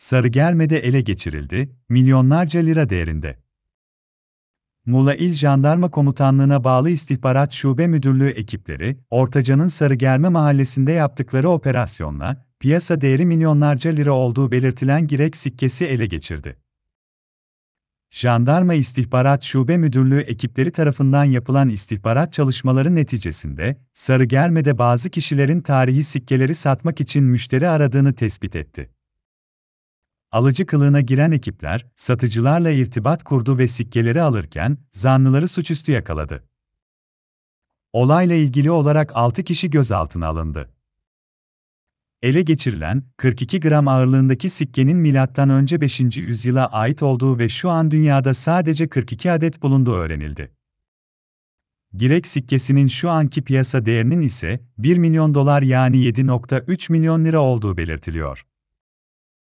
Sarıgerme'de ele geçirildi, milyonlarca lira değerinde. Muğla İl Jandarma Komutanlığı'na bağlı İstihbarat Şube Müdürlüğü ekipleri, Ortaca'nın Sarıgerme mahallesinde yaptıkları operasyonla, piyasa değeri milyonlarca lira olduğu belirtilen Girek sikkesi ele geçirdi. Jandarma İstihbarat Şube Müdürlüğü ekipleri tarafından yapılan istihbarat çalışmaları neticesinde, Sarıgerme'de bazı kişilerin tarihi sikkeleri satmak için müşteri aradığını tespit etti. Alıcı kılığına giren ekipler, satıcılarla irtibat kurdu ve sikkeleri alırken, zanlıları suçüstü yakaladı. Olayla ilgili olarak 6 kişi gözaltına alındı. Ele geçirilen, 42 gram ağırlığındaki sikkenin M.Ö. 5. yüzyıla ait olduğu ve şu an dünyada sadece 42 adet bulunduğu öğrenildi. Girek sikkesinin şu anki piyasa değerinin ise $1 milyon yani 7,3 milyon lira olduğu belirtiliyor.